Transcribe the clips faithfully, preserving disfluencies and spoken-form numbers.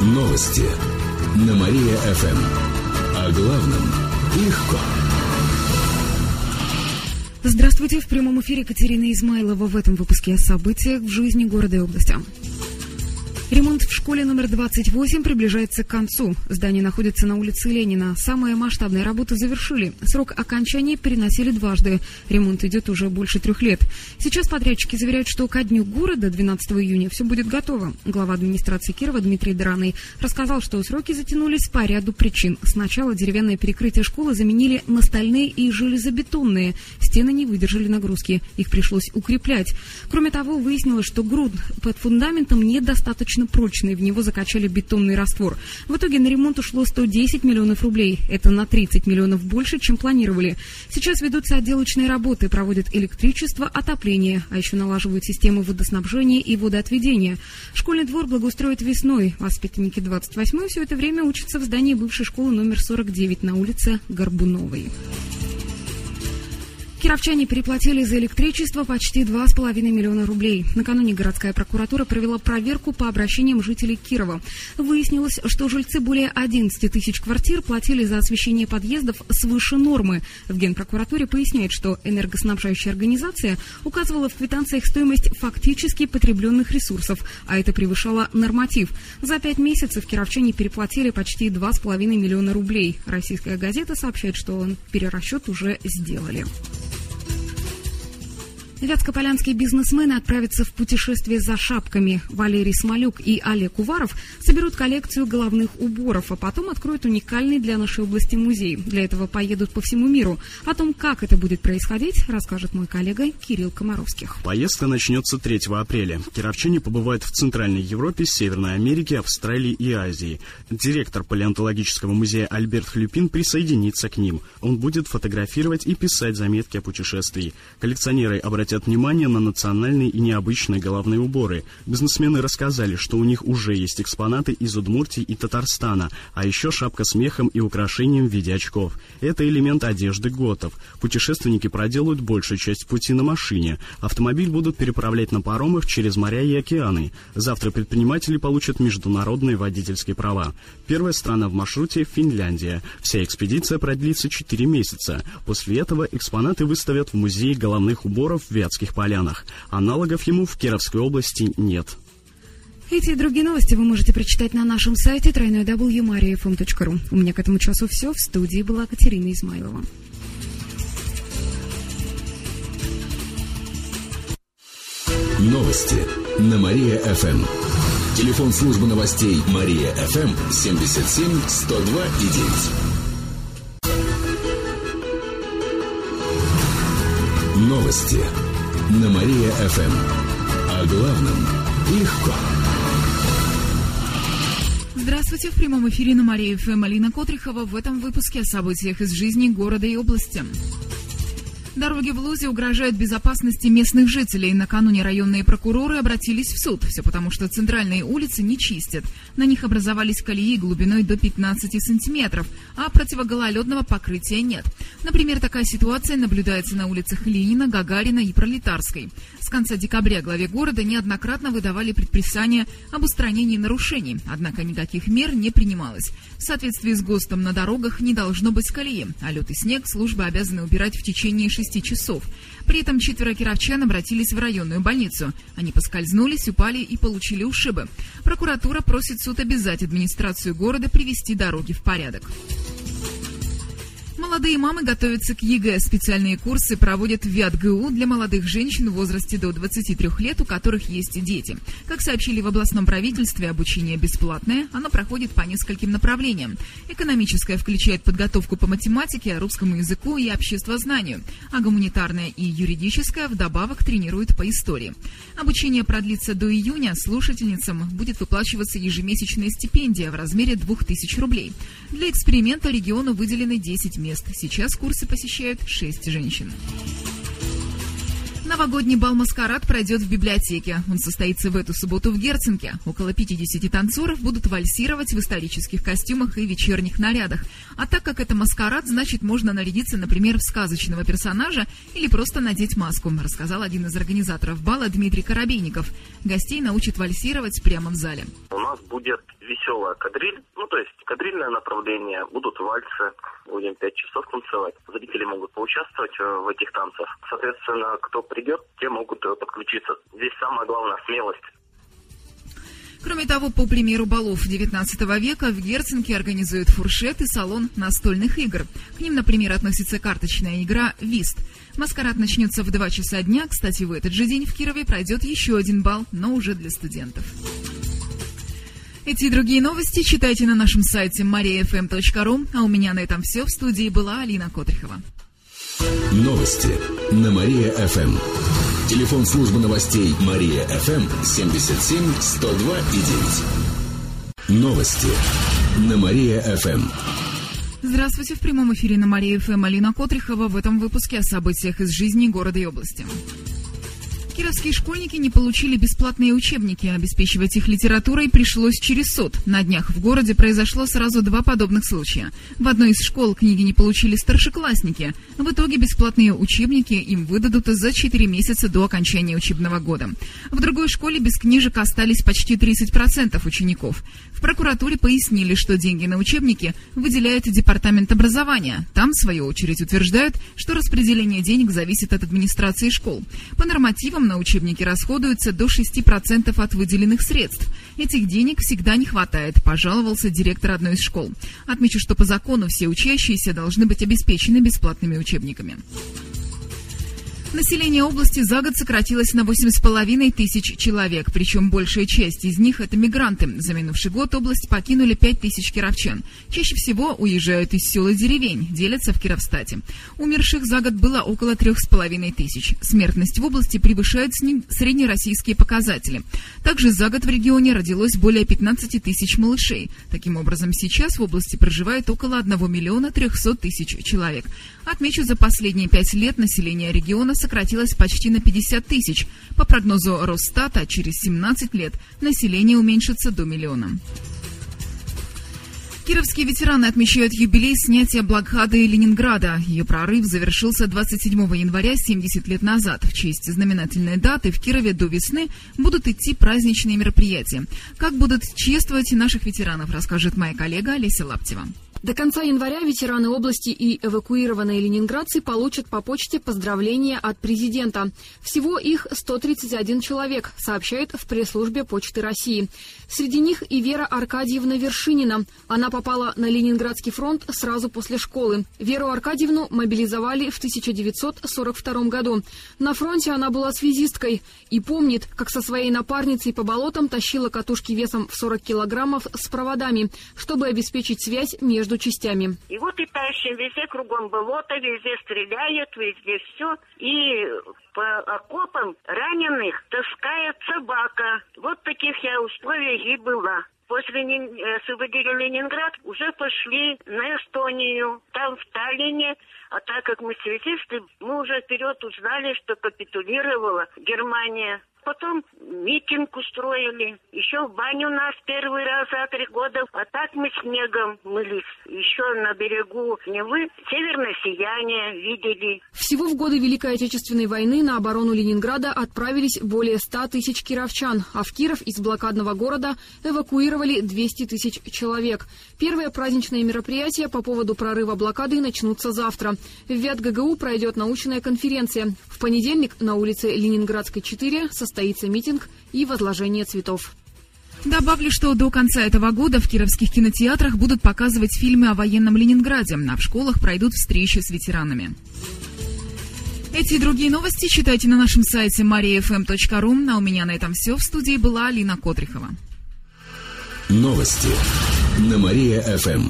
Новости на Мария-ФМ. О главном легко. Здравствуйте, в прямом эфире Катерина Измайлова. В этом выпуске о событиях в жизни города и области. Ремонт в школе номер двадцать восемь приближается к концу. Здание находится на улице Ленина. Самые масштабные работы завершили. Срок окончания переносили дважды. Ремонт идет уже больше трех лет. Сейчас подрядчики заверяют, что ко дню города, двенадцатого июня, все будет готово. Глава администрации Кирова Дмитрий Драный рассказал, что сроки затянулись по ряду причин. Сначала деревянное перекрытие школы заменили на стальные и железобетонные. Стены не выдержали нагрузки. Их пришлось укреплять. Кроме того, выяснилось, что грунт под фундаментом недостаточно прочный, в него закачали бетонный раствор. В итоге на ремонт ушло сто десять миллионов рублей. Это на тридцать миллионов больше, чем планировали. Сейчас ведутся отделочные работы, проводят электричество, отопление, а еще налаживают системы водоснабжения и водоотведения. Школьный двор благоустроят весной. Воспитанники двадцать восьмой все это время учатся в здании бывшей школы номер сорок девять на улице Горбуновой. Кировчане переплатили за электричество почти два с половиной миллиона рублей. Накануне городская прокуратура провела проверку по обращениям жителей Кирова. Выяснилось, что жильцы более одиннадцати тысяч квартир платили за освещение подъездов свыше нормы. В Генпрокуратуре поясняют, что энергоснабжающая организация указывала в квитанциях стоимость фактически потребленных ресурсов, а это превышало норматив. За пять месяцев кировчане переплатили почти два с половиной миллиона рублей. Российская газета сообщает, что перерасчет уже сделали. Вятскополянские бизнесмены отправятся в путешествие за шапками. Валерий Смолюк и Олег Уваров соберут коллекцию головных уборов, а потом откроют уникальный для нашей области музей. Для этого поедут по всему миру. О том, как это будет происходить, расскажет мой коллега Кирилл Комаровских. Поездка начнется третьего апреля. Кировчане побывают в Центральной Европе, Северной Америке, Австралии и Азии. Директор палеонтологического музея Альберт Хлюпин присоединится к ним. Он будет фотографировать и писать заметки о путешествии. Коллекционеры обратят внимание на национальные и необычные головные уборы. Бизнесмены рассказали, что у них уже есть экспонаты из Удмуртии и Татарстана, а еще шапка с мехом и украшением в виде очков. Это элемент одежды готов. Путешественники проделают большую часть пути на машине. Автомобиль будут переправлять на паромах через моря и океаны. Завтра предприниматели получат международные водительские права. Первая страна в маршруте – Финляндия. Вся экспедиция продлится четыре месяца. После этого экспонаты выставят в музее головных уборов в Вятских Полянах. Аналогов ему в Кировской области нет. Эти и другие новости вы можете прочитать на нашем сайте дабл ю дабл ю дабл ю точка мария эф эм точка ру. У меня к этому часу все. В студии была Катерина Измайлова. Новости на Мария-ФМ. Телефон службы новостей Мария-ФМ семьдесят семь сто два и девять. Новости на Мария-ФМ. О главном легко. Здравствуйте, в прямом эфире на Мария-ФМ Алина Котрихова. В этом выпуске о событиях из жизни города и области. Дороги в Лузе угрожают безопасности местных жителей. Накануне районные прокуроры обратились в суд. Все потому, что центральные улицы не чистят. На них образовались колеи глубиной до пятнадцати сантиметров, а противогололедного покрытия нет. Например, такая ситуация наблюдается на улицах Ленина, Гагарина и Пролетарской. С конца декабря главе города неоднократно выдавали предписания об устранении нарушений, однако никаких мер не принималось. В соответствии с ГОСТом на дорогах не должно быть колеи, а лед и снег службы обязаны убирать в течение шести часов. При этом четверо кировчан обратились в районную больницу. Они поскользнулись, упали и получили ушибы. Прокуратура просит суд обязать администрацию города привести дороги в порядок. Молодые мамы готовятся к ЕГЭ. Специальные курсы проводят в ВятГУ для молодых женщин в возрасте до двадцати трёх лет, у которых есть дети. Как сообщили в областном правительстве, обучение бесплатное. Оно проходит по нескольким направлениям. Экономическое включает подготовку по математике, русскому языку и обществознанию, а гуманитарное и юридическое вдобавок тренирует по истории. Обучение продлится до июня. Слушательницам будет выплачиваться ежемесячная стипендия в размере двух тысяч рублей. Для эксперимента региону выделены десять мест. Сейчас курсы посещают шесть женщин. Новогодний бал-маскарад пройдет в библиотеке. Он состоится в эту субботу в Герценке. Около пятидесяти танцоров будут вальсировать в исторических костюмах и вечерних нарядах. А так как это маскарад, значит, можно нарядиться, например, в сказочного персонажа или просто надеть маску, рассказал один из организаторов бала Дмитрий Коробейников. Гостей научат вальсировать прямо в зале. У нас будет веселая кадриль, ну то есть кадрильное направление, будут вальсы, будем пять часов танцевать. Зрители могут поучаствовать в этих танцах. Соответственно, кто придет, те могут подключиться. Здесь самое главное смелость. Кроме того, по примеру балов девятнадцатого века, в Герценке организуют фуршет и салон настольных игр. К ним, например, относится карточная игра «Вист». Маскарад начнется в два часа дня. Кстати, в этот же день в Кирове пройдет еще один бал, но уже для студентов. Эти и другие новости читайте на нашем сайте мария эф эм точка ру. А у меня на этом все. В студии была Алина Котрихова. Новости на Мария-ФМ. Телефон службы новостей Мария-ФМ семьдесят семь сто два и девять. Новости на Мария-ФМ. Здравствуйте, в прямом эфире на Мария-ФМ Алина Котрихова. В этом выпуске о событиях из жизни города и области. Кировские школьники не получили бесплатные учебники. Обеспечивать их литературой пришлось через суд. На днях в городе произошло сразу два подобных случая. В одной из школ книги не получили старшеклассники. В итоге бесплатные учебники им выдадут за четыре месяца до окончания учебного года. В другой школе без книжек остались почти тридцать процентов учеников. В прокуратуре пояснили, что деньги на учебники выделяет Департамент образования. Там, в свою очередь, утверждают, что распределение денег зависит от администрации школ. По нормативам на учебники расходуются до шести процентов от выделенных средств. Этих денег всегда не хватает, пожаловался директор одной из школ. Отмечу, что по закону все учащиеся должны быть обеспечены бесплатными учебниками. Население области за год сократилось на восемь с половиной тысяч человек, причем большая часть из них – это мигранты. За минувший год область покинули пять тысяч кировчан. Чаще всего уезжают из сел и деревень, делятся в Кировстате. Умерших за год было около трех с половиной тысяч. Смертность в области превышает среднероссийские показатели. Также за год в регионе родилось более пятнадцати тысяч малышей. Таким образом, сейчас в области проживает около одного миллиона трехсот тысяч человек. Отмечу, за последние пять лет население региона сократилось почти на пятьдесят тысяч. По прогнозу Росстата, через семнадцать лет население уменьшится до миллиона. Кировские ветераны отмечают юбилей снятия блокады Ленинграда. Ее прорыв завершился двадцать седьмого января семьдесят лет назад. В честь знаменательной даты в Кирове до весны будут идти праздничные мероприятия. Как будут чествовать наших ветеранов, расскажет моя коллега Олеся Лаптева. До конца января ветераны области и эвакуированные ленинградцы получат по почте поздравления от президента. Всего их сто тридцать один человек, сообщают в пресс-службе Почты России. Среди них и Вера Аркадьевна Вершинина. Она попала на Ленинградский фронт сразу после школы. Веру Аркадьевну мобилизовали в тысяча девятьсот сорок втором году. На фронте она была связисткой и помнит, как со своей напарницей по болотам тащила катушки весом в сорок килограммов с проводами, чтобы обеспечить связь между частями. И вот и тащим, везде кругом болото, везде стреляют, везде все. И по окопам раненых таскает собака. Вот в таких я условиях и была. После освободили Ленинград, уже пошли на Эстонию, там в Таллине. А так как мы связисты, мы уже вперед узнали, что капитулировала Германия. Потом митинг устроили. Еще в баню нас первый раз за три года. А так мы снегом мылись. Еще на берегу Невы северное сияние видели. Всего в годы Великой Отечественной войны на оборону Ленинграда отправились более ста тысяч кировчан, а в Киров из блокадного города эвакуировали двести тысяч человек. Первые праздничные мероприятия по поводу прорыва блокады начнутся завтра. В ВятГГУ пройдет научная конференция. В понедельник на улице Ленинградской, четыре состоится митинг и возложение цветов. Добавлю, что до конца этого года в кировских кинотеатрах будут показывать фильмы о военном Ленинграде, а в школах пройдут встречи с ветеранами. Эти и другие новости читайте на нашем сайте мария эф эм точка ру. А у меня на этом все. В студии была Алина Котрихова. Новости на Мария-ФМ.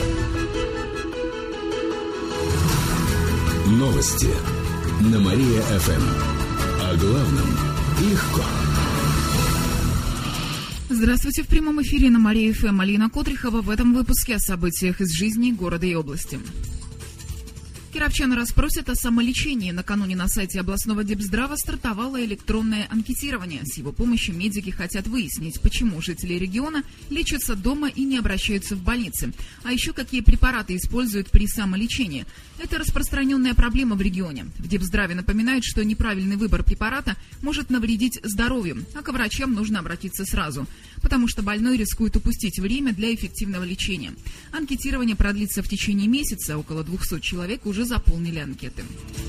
Новости на Мария-ФМ. О главном легко. Здравствуйте, в прямом эфире на Мария-ФМ Алина Котрихова. В этом выпуске о событиях из жизни города и области. Кировчан расспросят о самолечении. Накануне на сайте областного Депздрава стартовало электронное анкетирование. С его помощью медики хотят выяснить, почему жители региона лечатся дома и не обращаются в больницы. А еще какие препараты используют при самолечении. Это распространенная проблема в регионе. В Депздраве напоминают, что неправильный выбор препарата может навредить здоровью, а к врачам нужно обратиться сразу, потому что больной рискует упустить время для эффективного лечения. Анкетирование продлится в течение месяца. Около двухсот человек уже заполнили анкеты.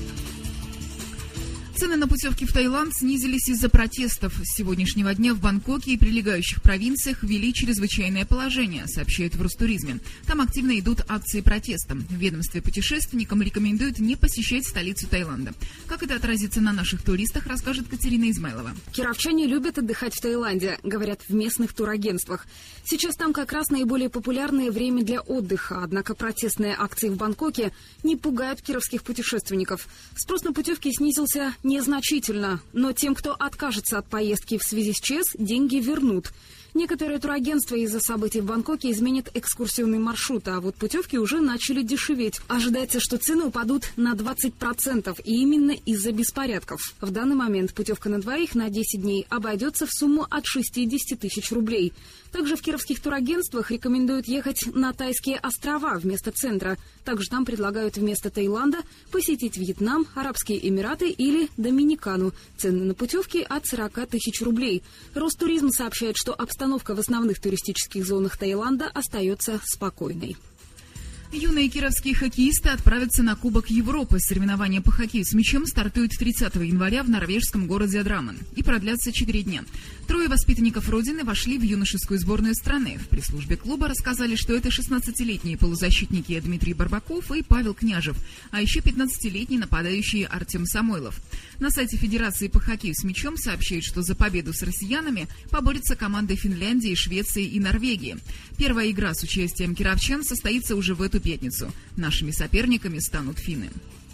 Цены на путевки в Таиланд снизились из-за протестов. С сегодняшнего дня в Бангкоке и прилегающих провинциях ввели чрезвычайное положение, сообщают в Ростуризме. Там активно идут акции протеста. В ведомстве путешественникам рекомендуют не посещать столицу Таиланда. Как это отразится на наших туристах, расскажет Катерина Измайлова. Кировчане любят отдыхать в Таиланде, говорят в местных турагентствах. Сейчас там как раз наиболее популярное время для отдыха. Однако протестные акции в Бангкоке не пугают кировских путешественников. Спрос на путевки снизился незначительно, но тем, кто откажется от поездки в связи с ЧС, деньги вернут. Некоторые турагентства из-за событий в Бангкоке изменят экскурсионный маршрут, а вот путевки уже начали дешеветь. Ожидается, что цены упадут на двадцать процентов, и именно из-за беспорядков. В данный момент путевка на двоих на десять дней обойдется в сумму от шестидесяти тысяч рублей. Также в кировских турагентствах рекомендуют ехать на Тайские острова вместо центра. Также там предлагают вместо Таиланда посетить Вьетнам, Арабские Эмираты или Доминикану. Цены на путевки от сорока тысяч рублей. Ростуризм сообщает, что обстановка в основных туристических зонах Таиланда остается спокойной. Юные кировские хоккеисты отправятся на Кубок Европы. Соревнования по хоккею с мячом стартуют тридцатого января в норвежском городе Адраман и продлятся четыре дня. Трое воспитанников Родины вошли в юношескую сборную страны. В пресс-службе клуба рассказали, что это шестнадцатилетние полузащитники Дмитрий Барбаков и Павел Княжев, а еще пятнадцатилетний нападающий Артем Самойлов. На сайте Федерации по хоккею с мячом сообщают, что за победу с россиянами поборются команды Финляндии, Швеции и Норвегии. Первая игра с участием кировчан состоится уже в эту пятницу. Нашими соперниками станут финны.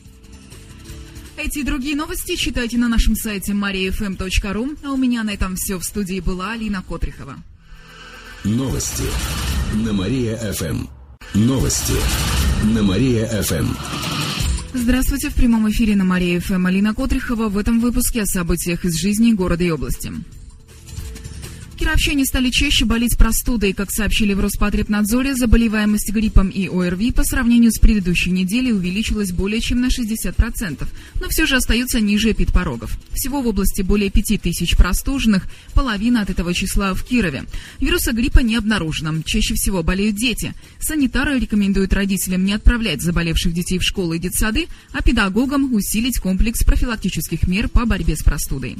Эти и другие новости читайте на нашем сайте мария эф эм точка ру. А у меня на этом все. В студии была Алина Котрихова. Новости на Мария-ФМ. Новости на Мария-ФМ. Здравствуйте, в прямом эфире на Мария-ФМ Алина Котрихова. В этом выпуске о событиях из жизни города и области. Кировчане стали чаще болеть простудой. Как сообщили в Роспотребнадзоре, заболеваемость гриппом и ОРВИ по сравнению с предыдущей неделей увеличилась более чем на шестьдесят процентов, но все же остается ниже эпидпорогов. Всего в области более пяти тысяч простуженных, половина от этого числа в Кирове. Вируса гриппа не обнаружено. Чаще всего болеют дети. Санитары рекомендуют родителям не отправлять заболевших детей в школы и детсады, а педагогам усилить комплекс профилактических мер по борьбе с простудой.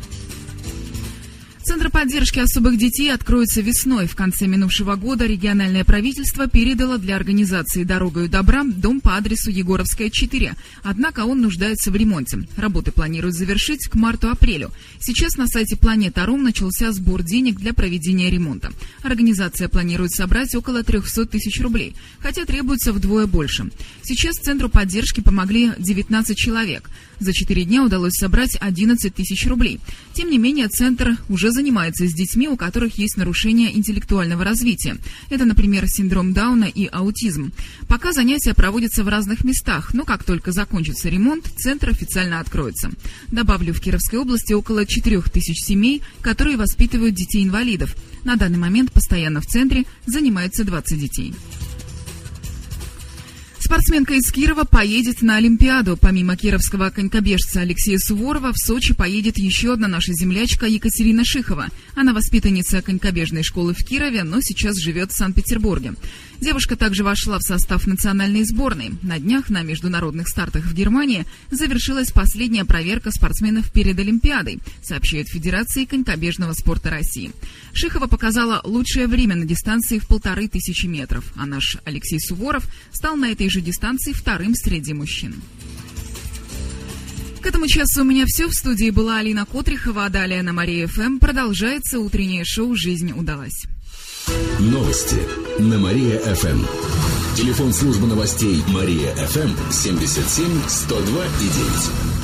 Центр поддержки особых детей откроется весной. В конце минувшего года региональное правительство передало для организации «Дорогою добра» дом по адресу Егоровская, четыре. Однако он нуждается в ремонте. Работы планируют завершить к марту-апрелю. Сейчас на сайте Планета.ру начался сбор денег для проведения ремонта. Организация планирует собрать около трехсот тысяч рублей, хотя требуется вдвое больше. Сейчас Центру поддержки помогли девятнадцать человек. За четыре дня удалось собрать одиннадцать тысяч рублей. Тем не менее, Центр уже занимается с детьми, у которых есть нарушения интеллектуального развития. Это, например, синдром Дауна и аутизм. Пока занятия проводятся в разных местах, но как только закончится ремонт, Центр официально откроется. Добавлю, в Кировской области около четырех тысяч семей, которые воспитывают детей-инвалидов. На данный момент постоянно в Центре занимается двадцать детей. Спортсменка из Кирова поедет на Олимпиаду. Помимо кировского конькобежца Алексея Суворова, в Сочи поедет еще одна наша землячка Екатерина Шихова. Она воспитанница конькобежной школы в Кирове, но сейчас живет в Санкт-Петербурге. Девушка также вошла в состав национальной сборной. На днях на международных стартах в Германии завершилась последняя проверка спортсменов перед Олимпиадой, сообщает Федерация конькобежного спорта России. Шихова показала лучшее время на дистанции в полторы тысячи метров, а наш Алексей Суворов стал на этой же дистанции вторым среди мужчин. К этому часу у меня все. В студии была Алина Котрихова, а далее на Мария-ФМ продолжается утреннее шоу «Жизнь удалась». Новости на Мария-ФМ. Телефон службы новостей Мария-ФМ семьдесят семь сто два и девять.